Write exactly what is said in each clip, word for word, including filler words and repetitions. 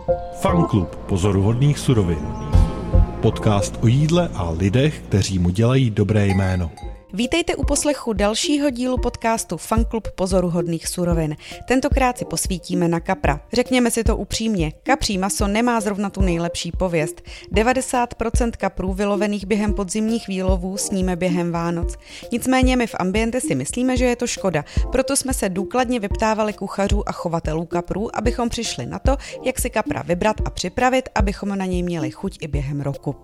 Fanklub pozoruhodných surovin. Podcast o jídle a lidech, kteří mu dělají dobré jméno. Vítejte u poslechu dalšího dílu podcastu Fanklub pozoruhodných surovin. Tentokrát si posvítíme na kapra. Řekněme si to upřímně, kapří maso nemá zrovna tu nejlepší pověst. devadesát procent kaprů vylovených během podzimních výlovů sníme během Vánoc. Nicméně my v Ambiente si myslíme, že je to škoda, proto jsme se důkladně vyptávali kuchařů a chovatelů kaprů, abychom přišli na to, jak si kapra vybrat a připravit, abychom na něj měli chuť i během roku.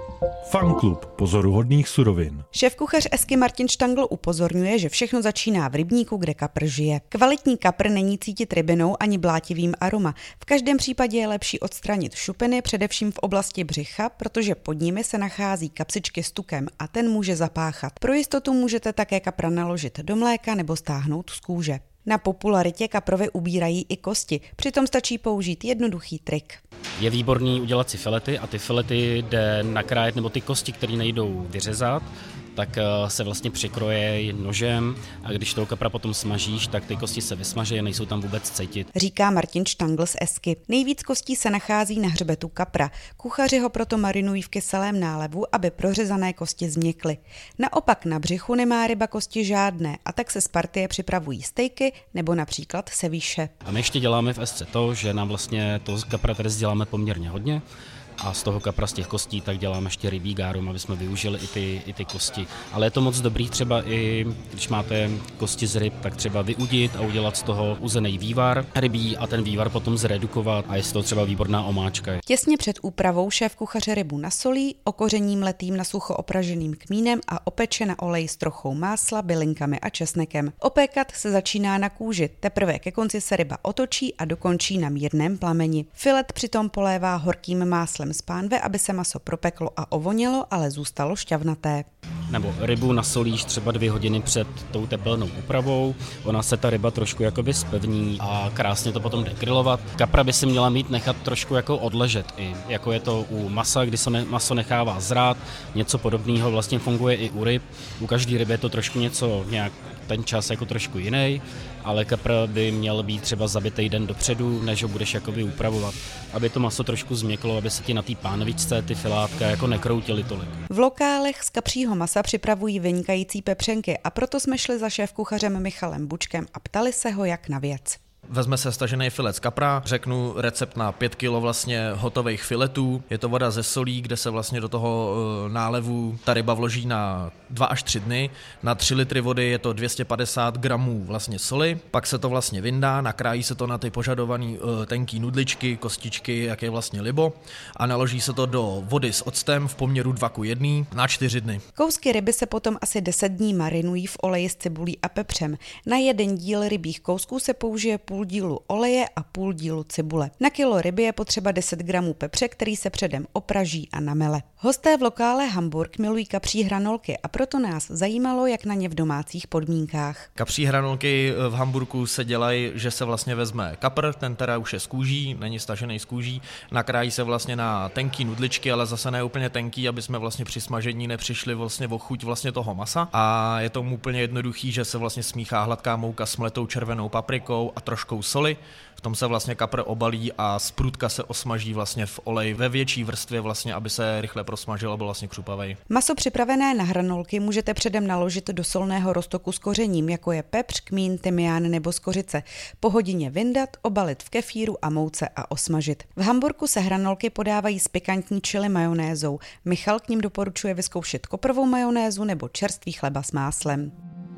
Fanklub pozoruhodných surovin. Šéfkuchař Esky Martin Štangl upozorňuje, že všechno začíná v rybníku, kde kapr žije. Kvalitní kapr není cítit rybinou ani blátivým aroma. V každém případě je lepší odstranit šupiny, především v oblasti břicha, protože pod nimi se nachází kapsičky s tukem a ten může zapáchat. Pro jistotu můžete také kapra naložit do mléka nebo stáhnout z kůže. Na popularitě kaprovi ubírají i kosti, přitom stačí použít jednoduchý trik. Je výborný udělat si filety a ty filety jde nakrájet, nebo ty kosti, které nejdou vyřezat, tak se vlastně přikroje nožem a když toho kapra potom smažíš, tak ty kosti se vysmaží a nejsou tam vůbec cítit. Říká Martin Štangl z Esky. Nejvíc kostí se nachází na hřbetu kapra. Kuchaři ho proto marinují v kyselém nálevu, aby prořezané kosti změkly. Naopak na břichu nemá ryba kosti žádné a tak se z partie připravují stejky nebo například sevíše. A my ještě děláme v Esce to, že nám vlastně to z kapra tady děláme poměrně hodně. A z toho kapra, z těch kostí, tak děláme ještě rybí gárum, aby jsme využili i ty, i ty kosti. Ale je to moc dobrý třeba i, když máte kosti z ryb, tak třeba vyudit a udělat z toho uzený vývar rybí a ten vývar potom zredukovat a je to třeba výborná omáčka. Těsně před úpravou šéf kuchaře rybu nasolí, okoření mletým na sucho opraženým kmínem a opeče na olej s trochou másla, bylinkami a česnekem. Opékat se začíná na kůži, teprve ke konci se ryba otočí a dokončí na mírném plameni. Filet přitom polévá horkým máslem z pánve, aby se maso propeklo a ovonělo, ale zůstalo šťavnaté. Nebo rybu nasolíš třeba dvě hodiny před tou tepelnou úpravou, ona se ta ryba trošku jakoby zpevní a krásně to potom jde grilovat. Kapra by si měla mít nechat trošku jako odležet i, jako je to u masa, kdy se maso nechává zrát, něco podobného vlastně funguje i u ryb. U každé ryby je to trošku něco, nějak ten čas jako trošku jiný, ale kapr by měl být třeba zabitý den dopředu, než ho budeš jakoby upravovat, aby to maso trošku změklo, aby se ti na té pánvičce ty filátka jako nekroutily tolik. V lokálech z kapřího masa připravují vynikající pepřenky a proto jsme šli za šéfkuchařem Michalem Bučkem a ptali se ho, jak na věc. Vezme se stažený filet z kapra, řeknu recept na pět kilo vlastně hotových filetů. Je to voda ze solí, kde se vlastně do toho nálevu ta ryba vloží na dva až tři dny. Na tři litry vody je to dvě stě padesát gramů vlastně soli, pak se to vlastně vyndá, nakrájí se to na ty požadované tenký nudličky, kostičky, jak je vlastně libo a naloží se to do vody s octem v poměru dva ku jedné na čtyři dny. Kousky ryby se potom asi deset dní marinují v oleji s cibulí a pepřem. Na jeden díl rybích kousků se použije půl dílu oleje a půl dílu cibule. Na kilo ryby je potřeba deset gramů pepře, který se předem opraží a namele. Hosté v lokále Hamburg milují kapří hranolky a proto nás zajímalo, jak na ně v domácích podmínkách. Kapří hranolky v Hamburgu se dělají, že se vlastně vezme kapr, ten teda už je z kůží, není stažený z kůží, nakrájí se vlastně na tenký nudličky, ale zase ne úplně tenký, aby jsme vlastně při smažení nepřišli vlastně o chuť vlastně toho masa. A je to úplně jednoduchý, že se vlastně smíchá hladká mouka s mletou červenou paprikou a troškou soli. V tom se vlastně kapr obalí a z průdka se osmaží vlastně v oleji ve větší vrstvě vlastně, aby se rychle prosmažil a byl vlastně křupavej. Maso připravené na hranolky můžete předem naložit do solného roztoku s kořením, jako je pepř, kmín, tymián nebo skořice. Po hodině vyndat, obalit v kefíru a mouce a osmažit. V Hamburku se hranolky podávají s pikantní chili majonézou. Michal k nim doporučuje vyzkoušet koprovou majonézu nebo čerstvý chleba s máslem.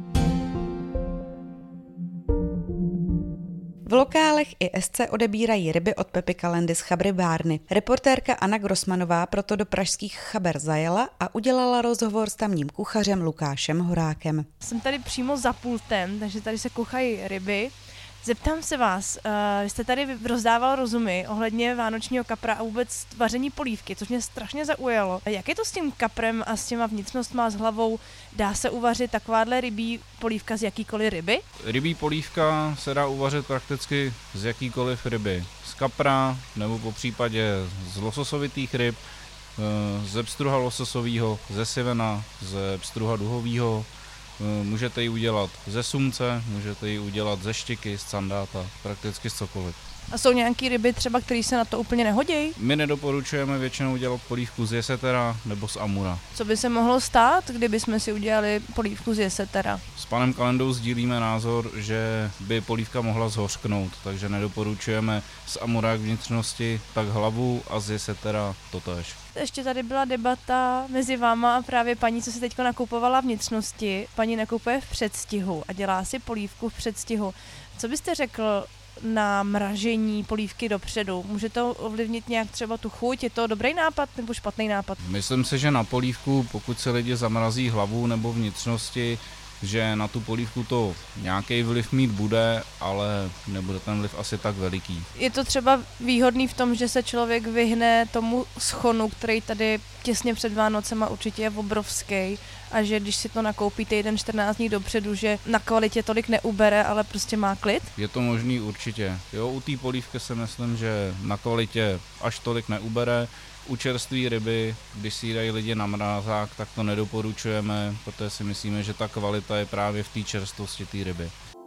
V lokálech i Esce odebírají ryby od Pepy Kalendy z Chabrybárny. Reportérka Anna Grossmanová proto do pražských Chaber zajela a udělala rozhovor s tamním kuchařem Lukášem Horákem. Jsem tady přímo za pultem, takže tady se kuchají ryby. Zeptám se vás, uh, vy jste tady rozdával rozumy ohledně vánočního kapra a vůbec vaření polívky, což mě strašně zaujalo. Jak je to s tím kaprem a s těma vnitřnostma, s hlavou? Dá se uvařit takováhle rybí polívka z jakýkoliv ryby? Rybí polívka se dá uvařit prakticky z jakýkoliv ryby. Z kapra nebo po případě z lososovitých ryb, ze pstruha lososového, ze sivena, ze pstruha duhového. Můžete ji udělat ze sumce, můžete ji udělat ze štiky, z sandáta, prakticky z cokoliv. A jsou nějaký ryby třeba, které se na to úplně nehodí? My nedoporučujeme většinou dělat polívku z jesetera nebo z amura. Co by se mohlo stát, kdyby jsme si udělali polívku z jesetera? S panem Kalendou sdílíme názor, že by polívka mohla zhořknout, takže nedoporučujeme z amura jak vnitřnosti, tak hlavu a z jesetera totéž. Ještě tady byla debata mezi váma a právě paní, co si teď nakupovala vnitřnosti. Paní nakupuje v předstihu a dělá si polívku v předstihu. Co byste řekl na mražení polívky dopředu? Může to ovlivnit nějak třeba tu chuť? Je to dobrý nápad nebo špatný nápad? Myslím si, že na polívku, pokud se lidi zamrazí hlavu nebo vnitřnosti, že na tu polívku to nějaký vliv mít bude, ale nebude ten vliv asi tak veliký. Je to třeba výhodný v tom, že se člověk vyhne tomu schonu, který tady těsně před Vánocema určitě je obrovský, a že když si to nakoupíte jeden čtrnáct dní dopředu, že na kvalitě tolik neubere, ale prostě má klid? Je to možný určitě. Jo, u té polívky si myslím, že na kvalitě až tolik neubere. U čerstvé ryby, když si ji dají lidi na mrázák, tak to nedoporučujeme, protože si myslíme, že ta kvalita je právě v té čerstvosti té ryby.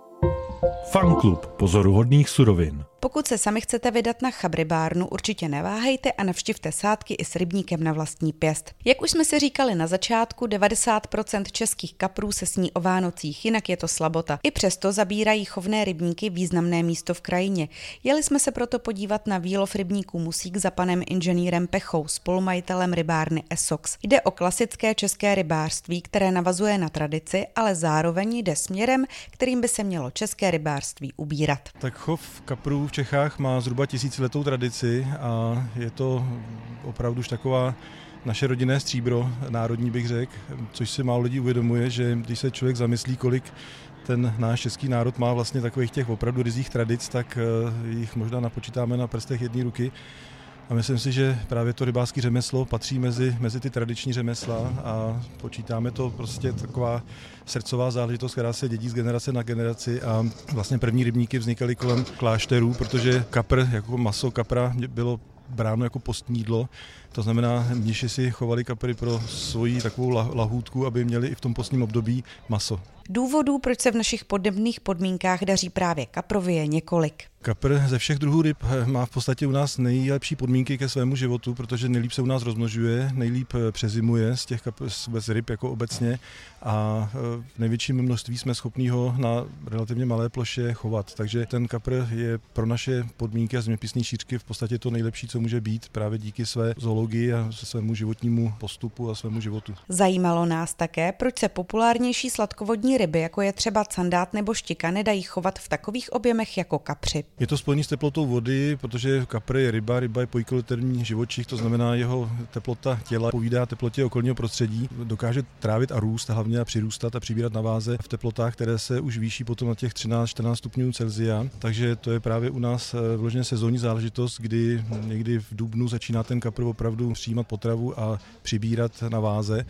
Fanklub pozoruhodných surovin. Pokud se sami chcete vydat na chabrybárnu, určitě neváhejte a navštivte sádky i s rybníkem na vlastní pěst. Jak už jsme si říkali na začátku, devadesát procent českých kaprů se sní o Vánocích, jinak je to slabota. I přesto zabírají chovné rybníky významné místo v krajině. Jeli jsme se proto podívat na výlov rybníků Musík za panem inženýrem Pechou, spolumajitelem rybárny Essox. Jde o klasické české rybářství, které navazuje na tradici, ale zároveň jde směrem, kterým by se mělo české rybářství ubírat. Tak chov kaprů v Čechách má zhruba tisíciletou tradici a je to opravdu už taková naše rodinné stříbro, národní bych řekl, což si málo lidí uvědomuje, že když se člověk zamyslí, kolik ten náš český národ má vlastně takových těch opravdu ryzích tradic, tak jich možná napočítáme na prstech jedné ruky. A myslím si, že právě to rybářské řemeslo patří mezi, mezi ty tradiční řemesla a počítáme to prostě taková srdcová záležitost, která se dědí z generace na generaci a vlastně první rybníky vznikaly kolem klášterů, protože kapr, jako maso kapra bylo bráno jako postní jídlo. To znamená, mniši si chovali kapry pro svoji takovou lahůdku, aby měli i v tom postním období maso. Důvodů, proč se v našich podobných podmínkách daří právě kaprovi, je několik. Kapr ze všech druhů ryb má v podstatě u nás nejlepší podmínky ke svému životu, protože nejlíp se u nás rozmnožuje, nejlíp přezimuje z těch kapr, z ryb jako obecně a v největším množství jsme schopni ho na relativně malé ploše chovat. Takže ten kapr je pro naše podmínky a zeměpisné šířky v podstatě to nejlepší, co může být právě díky své zoologii a svému životnímu postupu a svému životu. Zajímalo nás také, proč se populárnější sladkovodní ryby, jako je třeba candát nebo štika, nedají chovat v takových objemech jako kapři. Je to spojené s teplotou vody, protože kapr je ryba, ryba je pojkoloterní živočich, to znamená jeho teplota těla povídá teplotě okolního prostředí, dokáže trávit a růst, hlavně a přirůstat a přibírat na váze v teplotách, které se už výší potom na těch třináct čtrnáct stupňů Celsia, takže to je právě u nás vloženě sezónní záležitost, kdy někdy v dubnu začíná ten kapr opravdu přijímat potravu a přibírat na váze.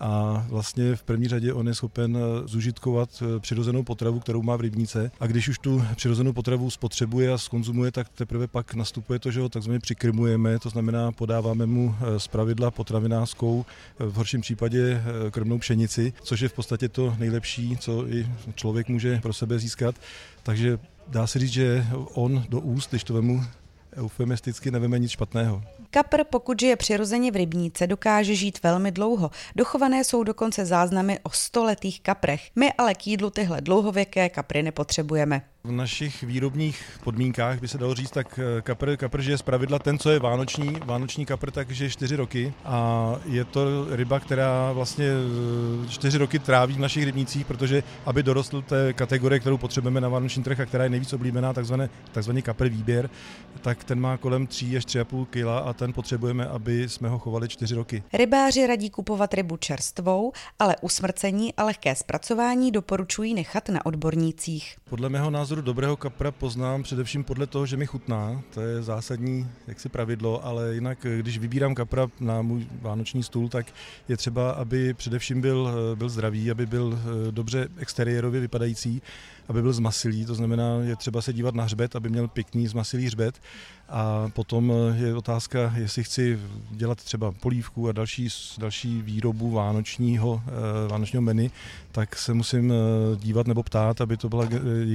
A vlastně v první řadě on je schopen zužitkovat přirozenou potravu, kterou má v rybníce. A když už tu přirozenou potravu spotřebuje a skonzumuje, tak teprve pak nastupuje to, že ho takzvaně přikrmujeme, to znamená podáváme mu zpravidla potravinářskou, v horším případě krmnou pšenici, což je v podstatě to nejlepší, co i člověk může pro sebe získat. Takže dá se říct, že on do úst, když to vemu eufemisticky, neveme nic špatného. Kapr, pokud žije přirozeně v rybníce, dokáže žít velmi dlouho. Dochované jsou dokonce záznamy o stoletých kaprech. My ale k jídlu tyhle dlouhověké kapry nepotřebujeme. V našich výrobních podmínkách by se dalo říct, tak kapr, kapr žije zpravidla ten, co je vánoční, vánoční kapr, tak žije čtyři roky a je to ryba, která vlastně čtyři roky tráví v našich rybnících, protože aby dorostl té kategorie, kterou potřebujeme na vánoční trh a která je nejvíc oblíbená, takzvaný, takzvaný kapr výběr, tak ten má kolem tři až tři a půl kila a ten potřebujeme, aby jsme ho chovali čtyři roky. Rybáři radí kupovat rybu čerstvou, ale usmrcení a lehké zpracování doporučují nechat na odbornících. Podle mého názoru dobrého kapra poznám především podle toho, že mi chutná. To je zásadní jaksi pravidlo, ale jinak, když vybírám kapra na můj vánoční stůl, tak je třeba, aby především byl, byl zdravý, aby byl dobře exteriérově vypadající, aby byl zmasilý, to znamená, je třeba se dívat na hřbet, aby měl pěkný zmasilý hřbet. A potom je otázka, jestli chci dělat třeba polívku a další, další výrobu vánočního, vánočního menu, tak se musím dívat nebo ptát, aby to byla jikernačka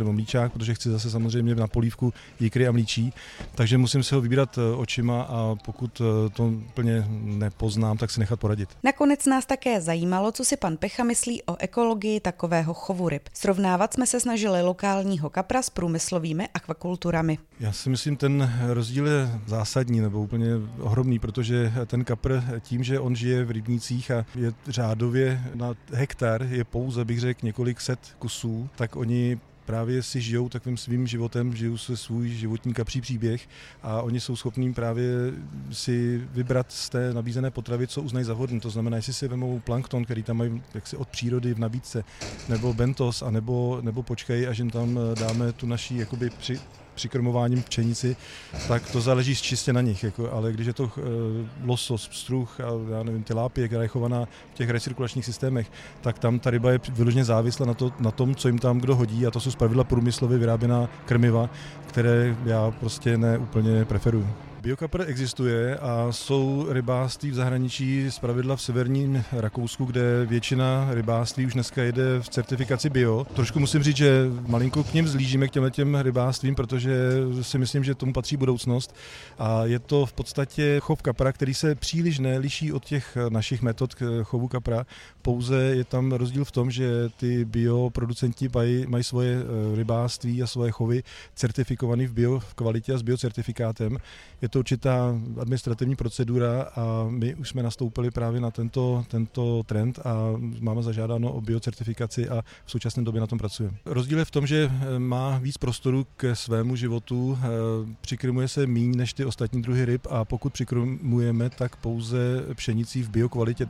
nebo mlíčák, protože chci zase samozřejmě na polívku jikry a mlíčí, takže musím si ho vybírat očima a pokud to úplně nepoznám, tak si nechat poradit. Nakonec nás také zajímalo, co si pan Pecha myslí o ekologii takového chovu ryb. Srovnávat jsme se snažili lokálního kapra s průmyslovými akvakulturami. Já si myslím, ten rozdíl je zásadní nebo úplně ohromný, protože ten kapr tím, že on žije v rybnících a je řádově na hektar, je pouze, bych řekl, několik set kusů, tak oni právě si žijou takovým svým životem, žijou se svůj životní kapří příběh a oni jsou schopní právě si vybrat z té nabízené potravy, co uznají za vhodné. To znamená, jestli si vemou plankton, který tam mají jaksi od přírody v nabídce, nebo bentos, a nebo, nebo počkej, až jim tam dáme tu naší jakoby při přikrmováním pšenici, tak to záleží čistě na nich. Jako, ale když je to e, losos, pstruh a já nevím, tilápie, která je chovaná v těch recirkulačních systémech, tak tam ta ryba je vyloženě závislá na, to, na tom, co jim tam kdo hodí, a to jsou zpravidla průmyslově vyráběná krmiva, které já prostě neúplně preferuju. Biokapr existuje a jsou rybářství v zahraničí, zpravidla v severním Rakousku, kde většina rybářství už dneska jede v certifikaci bio. Trošku musím říct, že malinko k nim vzlížíme, k těmhletěm rybářstvím, protože si myslím, že tomu patří budoucnost. A je to v podstatě chov kapra, který se příliš neliší od těch našich metod k chovu kapra. Pouze je tam rozdíl v tom, že ty bioproducenti mají, mají svoje rybářství a svoje chovy certifikované v bio v kvalitě a s biocertifikátem. Je to určitá administrativní procedura a my už jsme nastoupili právě na tento, tento trend a máme zažádáno o biocertifikaci a v současné době na tom pracujeme. Rozdíl je v tom, že má víc prostoru ke svému životu, přikrmuje se míň než ty ostatní druhy ryb a pokud přikrmujeme, tak pouze pšenicí v biokvalitě.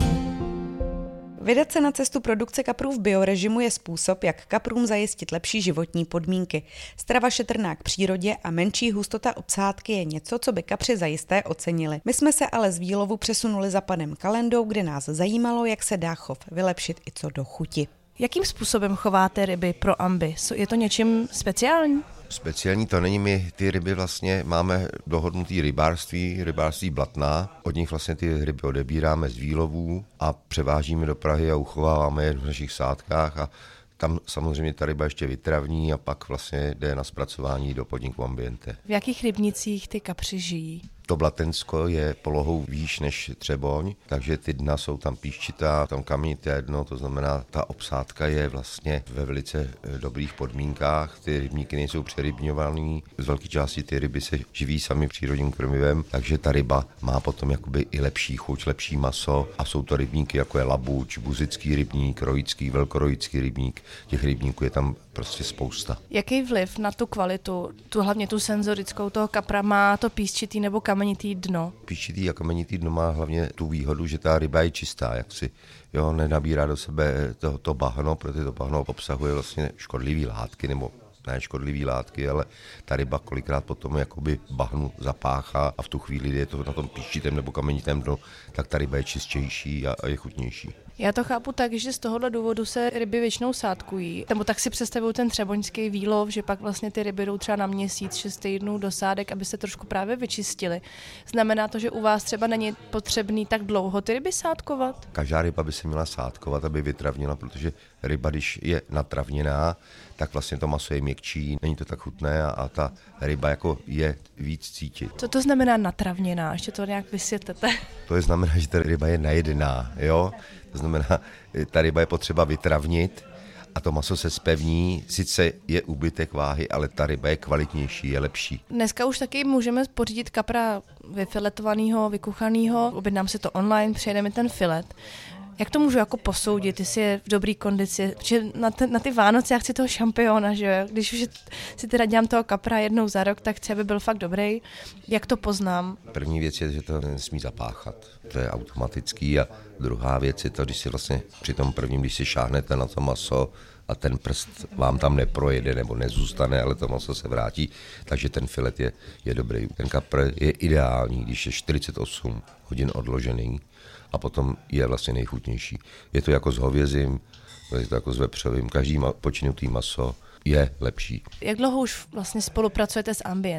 Vydat se na cestu produkce kaprů v biorežimu je způsob, jak kaprům zajistit lepší životní podmínky. Strava šetrná k přírodě a menší hustota obsádky je něco, co by kapři zajisté ocenili. My jsme se ale z výlovu přesunuli za panem Kalendou, kde nás zajímalo, jak se dá chov vylepšit i co do chuti. Jakým způsobem chováte ryby pro ambi? Je to něčím speciální? Speciální to není, my ty ryby vlastně máme dohodnutý rybářství, rybářství Blatná. Od nich vlastně ty ryby odebíráme z výlovů a převážíme do Prahy a uchováváme je v našich sádkách a tam samozřejmě ta ryba ještě vytravní a pak vlastně jde na zpracování do podniku Ambiente. V jakých rybnicích ty kapři žijí? To Blatensko je polohou výš než Třeboň, takže ty dna jsou tam písčitá, tam kamenité dno, to znamená, ta obsádka je vlastně ve velice dobrých podmínkách, ty rybníky nejsou přerybňovaný, z velké části ty ryby se živí sami přírodním krmivem, takže ta ryba má potom jakoby i lepší chuť, lepší maso a jsou to rybníky jako je Labuč, Buzický rybník, Rojický, Velkorojický rybník, těch rybníků je tam prostě spousta. Jaký vliv na tu kvalitu, tu hlavně tu senzorickou toho kapra má to písčitý nebo kamenitý dno? Písčitý a kamenitý dno má hlavně tu výhodu, že ta ryba je čistá, jak si jo, nenabírá do sebe to, to bahno, protože to bahno obsahuje vlastně škodlivé látky, nebo ne škodlivé látky, ale ta ryba kolikrát potom jakoby bahnu zapáchá a v tu chvíli, kdy je to na tom písčitém nebo kamenitém dnu, tak ta ryba je čistější a, a je chutnější. Já to chápu tak, že z tohohle důvodu se ryby většinou sádkují, nebo tak si představuju ten třeboňský výlov, že pak vlastně ty ryby jdou třeba na měsíc, šest týdnů do sádek, aby se trošku právě vyčistily. Znamená to, že u vás třeba není potřebný tak dlouho ty ryby sádkovat? Každá ryba by se měla sádkovat, aby vytravnila, protože ryba, když je natravněná, tak vlastně to maso je měkčí, není to tak chutné a, a ta ryba jako je víc cítit. Co to znamená natravněná? Ještě to nějak vysvětlete. To je znamená, že ta ryba je najedená, jo? To znamená, ta ryba je potřeba vytravnit a to maso se zpevní, sice je úbytek váhy, ale ta ryba je kvalitnější, je lepší. Dneska už taky můžeme pořídit kapra vyfiletovaného, vykuchaného, objednám si to online, přijede mi ten filet. Jak to můžu jako posoudit, jestli je v dobré kondici? Protože na, ten, na ty Vánoce já chci toho šampiona, že jo? Když už si teda dělám toho kapra jednou za rok, tak chci, aby byl fakt dobrý. Jak to poznám? První věc je, že to nesmí zapáchat. To je automatický a druhá věc je to, když si vlastně při tom prvním, když si šáhnete na to maso a ten prst vám tam neprojede nebo nezůstane, ale to maso se vrátí, takže ten filet je, je dobrý. Ten kapr je ideální, když je čtyřicet osm hodin odložený, a potom je vlastně nejchutnější. Je to jako s hovězím, je to jako s vepřovým, každý počinutý maso je lepší. Jak dlouho už vlastně spolupracujete s Ambiente?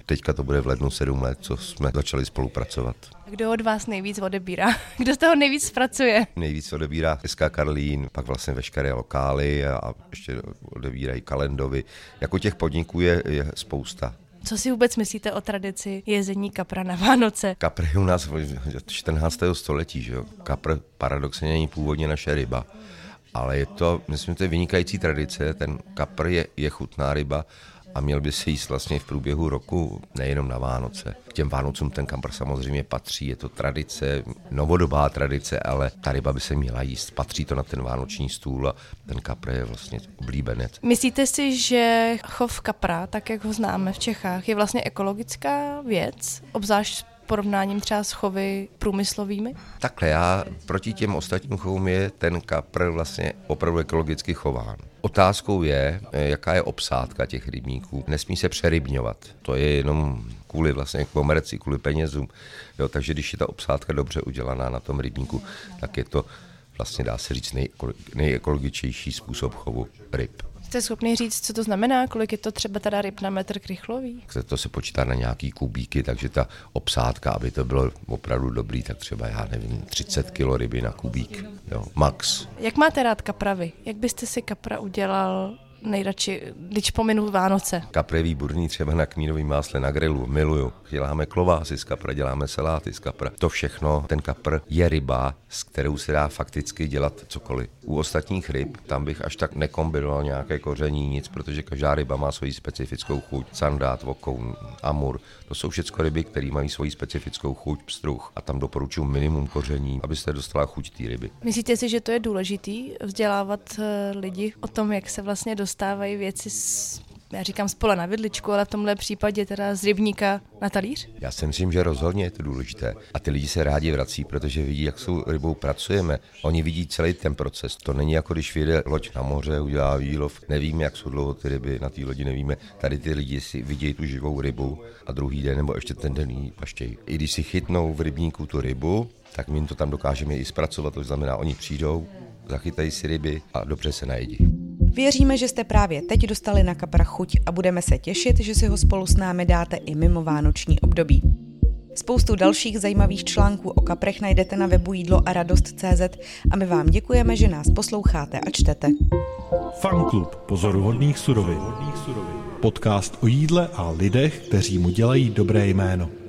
Teďka to bude v lednu sedm let, co jsme začali spolupracovat. Kdo od vás nejvíc odebírá? Kdo z toho nejvíc zpracuje? Nejvíc odebírá S K Karlín, pak vlastně veškeré lokály a ještě odebírají Kalendovi. Jako těch podniků je, je spousta. Co si vůbec myslíte o tradici jezení kapra na Vánoce? Kapr je u nás od čtrnáctého století, že jo. Kapr paradoxně není původně naše ryba, ale je to, myslím, to je vynikající tradice. Ten kapr je, je chutná ryba a měl by se jíst vlastně v průběhu roku, nejenom na Vánoce. K těm Vánocům ten kapr samozřejmě patří, je to tradice, novodobá tradice, ale ta ryba by se měla jíst. Patří to na ten vánoční stůl a ten kapr je vlastně oblíbenec. Myslíte si, že chov kapra, tak jak ho známe v Čechách, je vlastně ekologická věc, obzvlášť porovnáním třeba s chovy průmyslovými? Takhle, já proti těm ostatním chovům je ten kapr vlastně opravdu ekologicky chován. Otázkou je, jaká je obsádka těch rybníků. Nesmí se přerybňovat. To je jenom kvůli vlastně komerci, kvůli penězům. Jo, takže když je ta obsádka dobře udělaná na tom rybníku, tak je to vlastně, dá se říct, nejekologičtější způsob chovu ryb. Jste schopný říct, co to znamená? Kolik je to třeba teda ryb na metr krychlový? To se počítá na nějaký kubíky, takže ta obsádka, aby to bylo opravdu dobrý, tak třeba, já nevím, třicet kilo ryby na kubík, jo, max. Jak máte rád kapra vy? Jak byste si kapra udělal nejradši, když pominu Vánoce? Kapr je výborný třeba na kmínovém másle, na grilu, miluju. Děláme klobásy z kapra, děláme saláty z kapra. To všechno, ten kapr je ryba, s kterou se dá fakticky dělat cokoliv. U ostatních ryb, tam bych až tak nekombinoval nějaké koření, nic, protože každá ryba má svoji specifickou chuť. Sandát, vokoun, amur, to jsou všechno ryby, které mají svoji specifickou chuť, pstruh. A tam doporučuji minimum koření, abyste dostala chuť té ryby. Myslíte si, že to je důležitý vzdělávat lidi o tom, jak se vlastně dostávají věci z, já říkám z pola na vidličku, ale v tomhle případě teda z rybníka na talíř? Já si myslím, že rozhodně je to důležité. A ty lidi se rádi vrací, protože vidí, jak s rybou pracujeme. Oni vidí celý ten proces. To není jako když vyjede loď na moře, udělá výlov. Nevíme, jak jsou dlouho ty ryby na té lodi, nevíme. Tady ty lidi si vidějí tu živou rybu a druhý den nebo ještě ten den jí paštějí. I když si chytnou v rybníku tu rybu, tak my jim to tam dokážeme i zpracovat. To znamená, oni přijdou, zachytají si ryby a dobře se najedí. Věříme, že jste právě teď dostali na kapra chuť a budeme se těšit, že si ho spolu s námi dáte i mimo vánoční období. Spoustu dalších zajímavých článků o kaprech najdete na webu jídlo a radost tečka cé zet a my vám děkujeme, že nás posloucháte a čtete. Fanklub pozoruhodných surovin. Podcast o jídle a lidech, kteří mu dělají dobré jméno.